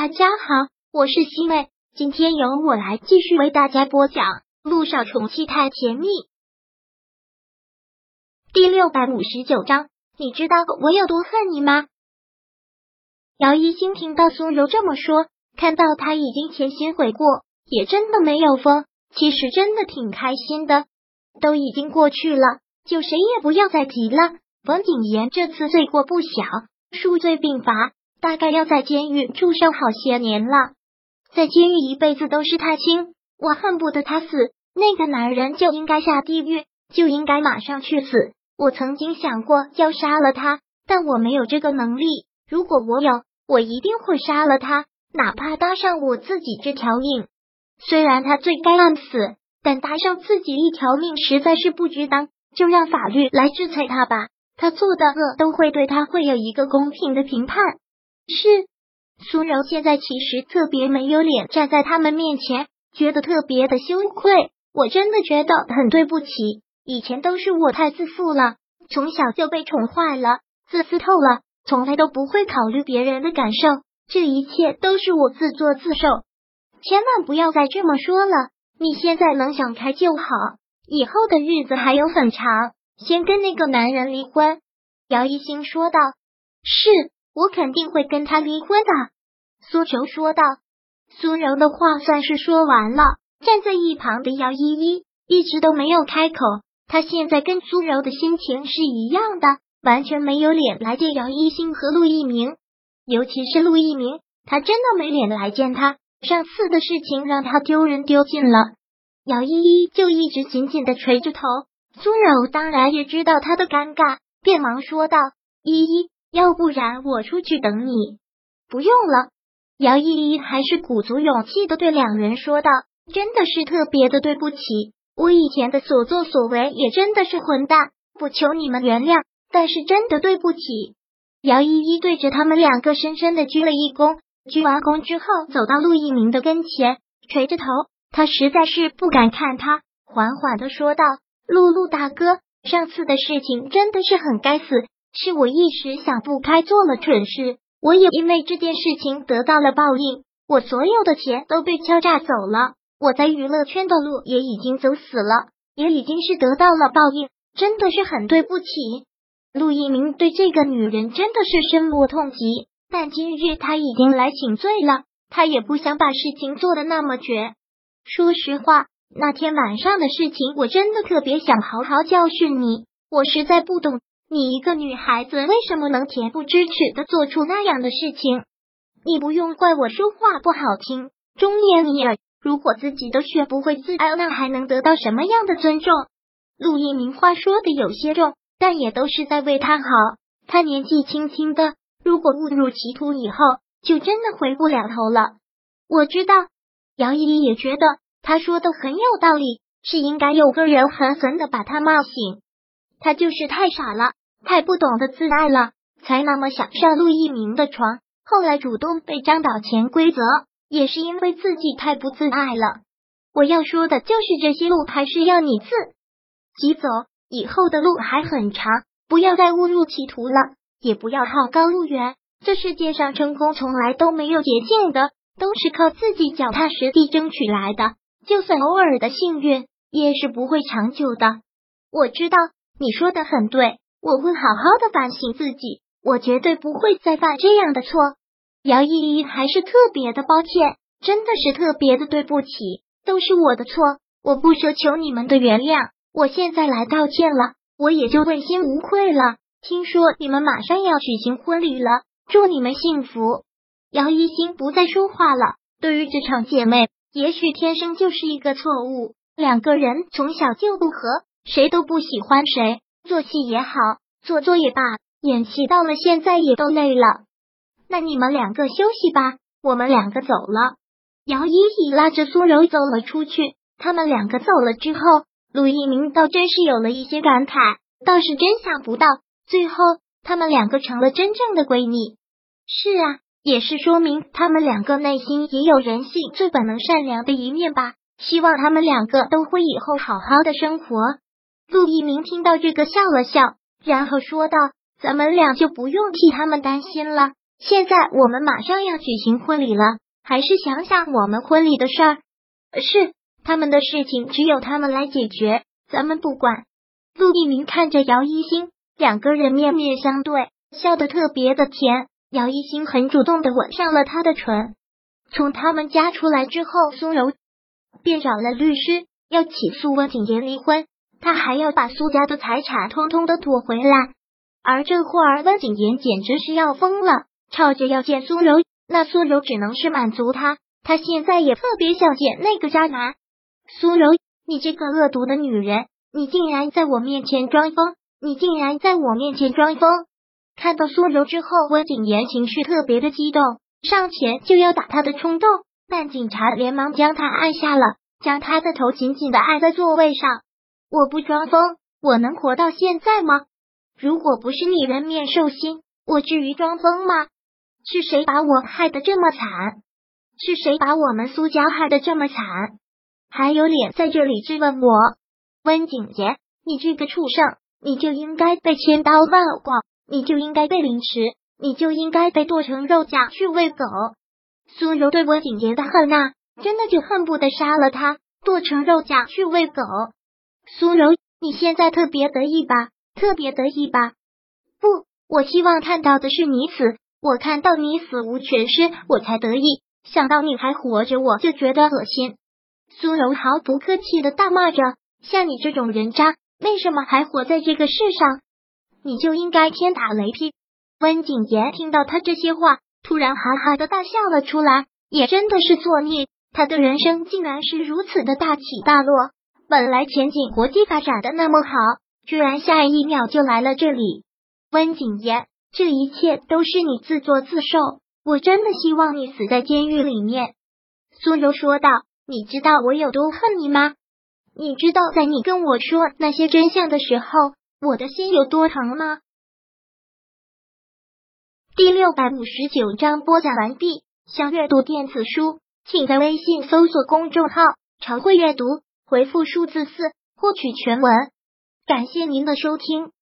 大家好，我是西妹，今天由我来继续为大家播讲《陆少宠妻太甜蜜》第659章。你知道我有多恨你吗？姚一星听到苏柔这么说，看到他已经前心悔过，也真的没有疯，其实真的挺开心的。都已经过去了，就谁也不要再提了。冯景言这次罪过不小，数罪并罚，大概要在监狱驻守好些年了。在监狱一辈子都是他亲，我恨不得他死，那个男人就应该下地狱，就应该马上去死。我曾经想过要杀了他，但我没有这个能力，如果我有，我一定会杀了他，哪怕搭上我自己这条命。虽然他罪该按死，但搭上自己一条命实在是不值当，就让法律来制裁他吧，他做的恶都会对他会有一个公平的评判。是，苏柔现在其实特别没有脸站在他们面前，觉得特别的羞愧。我真的觉得很对不起，以前都是我太自负了，从小就被宠坏了，自私透了，从来都不会考虑别人的感受，这一切都是我自作自受。千万不要再这么说了，你现在能想开就好，以后的日子还有很长，先跟那个男人离婚。姚一星说道。是，我肯定会跟他离婚的，苏柔说道。苏柔的话算是说完了，站在一旁的姚依依一直都没有开口，她现在跟苏柔的心情是一样的，完全没有脸来见姚一星和陆一鸣，尤其是陆一鸣，他真的没脸来见他，上次的事情让他丢人丢尽了。姚依依就一直紧紧的垂着头，苏柔当然也知道他的尴尬，便忙说道：依依，要不然我出去等你。不用了。姚依依还是鼓足勇气的对两人说道，真的是特别的对不起，我以前的所作所为也真的是混蛋，不求你们原谅，但是真的对不起。姚依依对着他们两个深深的鞠了一躬，鞠完躬之后走到陆一鸣的跟前，垂着头，他实在是不敢看他，缓缓的说道：陆大哥，上次的事情真的是很该死，是我一时想不开做了蠢事，我也因为这件事情得到了报应，我所有的钱都被敲诈走了，我在娱乐圈的路也已经走死了，也已经是得到了报应，真的是很对不起。陆一鸣对这个女人真的是深恶痛疾，但今日他已经来请罪了，他也不想把事情做得那么绝。说实话，那天晚上的事情我真的特别想好好教训你，我实在不懂你一个女孩子为什么能恬不知耻的做出那样的事情。你不用怪我说话不好听，忠言逆耳，如果自己都学不会自爱，那还能得到什么样的尊重？陆一鸣话说的有些重，但也都是在为他好，他年纪轻轻的，如果误入歧途以后，就真的回不了头了。我知道，姚依依也觉得他说的很有道理，是应该有个人狠狠的把他骂醒。他就是太傻了，太不懂得自爱了，才那么想上陆一鸣的床，后来主动被张导潜规则，也是因为自己太不自爱了。我要说的就是这些路还是要你自己走，以后的路还很长，不要再误入歧途了，也不要好高骛远，这世界上成功从来都没有捷径的，都是靠自己脚踏实地争取来的，就算偶尔的幸运也是不会长久的。我知道你说的很对，我会好好的反省自己，我绝对不会再犯这样的错。姚依依还是特别的抱歉，真的是特别的对不起，都是我的错，我不奢求你们的原谅，我现在来道歉了，我也就问心无愧了。听说你们马上要举行婚礼了，祝你们幸福。姚一星不再说话了，对于这场姐妹，也许天生就是一个错误，两个人从小就不和，谁都不喜欢谁，做戏也好，做作也罢，演戏到了现在也都累了。那你们两个休息吧，我们两个走了。姚依依拉着苏柔走了出去，他们两个走了之后，陆一鸣倒真是有了一些感慨，倒是真想不到，最后他们两个成了真正的闺蜜。是啊，也是说明他们两个内心也有人性最本能善良的一面吧，希望他们两个都会以后好好的生活。陆一鸣听到这个笑了笑，然后说道：咱们俩就不用替他们担心了， 现在我们马上要举行婚礼了，还是想想我们婚礼的事儿。是，他们的事情只有他们来解决，咱们不管。陆一鸣看着姚一星，两个人面面相对，笑得特别的甜。姚一星很主动的吻上了他的唇。从他们家出来之后，苏柔便找了律师，要起诉温景言离婚，他还要把苏家的财产通通的夺回来。而这会儿温景言简直是要疯了，吵着要见苏柔，那苏柔只能是满足他，他现在也特别想见那个渣男。苏柔，你这个恶毒的女人，你竟然在我面前装疯，你竟然在我面前装疯。看到苏柔之后，温景言情绪特别的激动，上前就要打他的冲动，但警察连忙将他按下了，将他的头紧紧的按在座位上。我不装疯，我能活到现在吗？如果不是你人面兽心，我至于装疯吗？是谁把我害得这么惨？是谁把我们苏家害得这么惨？还有脸在这里质问我？温景言，你这个畜生，你就应该被千刀万剐，你就应该被凌迟，你就应该被剁成肉酱去喂狗。苏柔对温景言的恨啊，真的就恨不得杀了他，剁成肉酱去喂狗。苏柔，你现在特别得意吧？特别得意吧？不，我希望看到的是你死，我看到你死无全尸，我才得意，想到你还活着，我就觉得恶心。苏柔毫不客气的大骂着，像你这种人渣，为什么还活在这个世上？你就应该天打雷劈。温景言听到他这些话，突然哈哈的大笑了出来，也真的是作孽，他的人生竟然是如此的大起大落，本来前景国际发展的那么好，居然下一秒就来了这里。温景言，这一切都是你自作自受，我真的希望你死在监狱里面。苏柔说道，你知道我有多恨你吗？你知道在你跟我说那些真相的时候，我的心有多疼吗？第659章播讲完毕。想阅读电子书，请在微信搜索公众号常会阅读，回复数字4获取全文。感谢您的收听。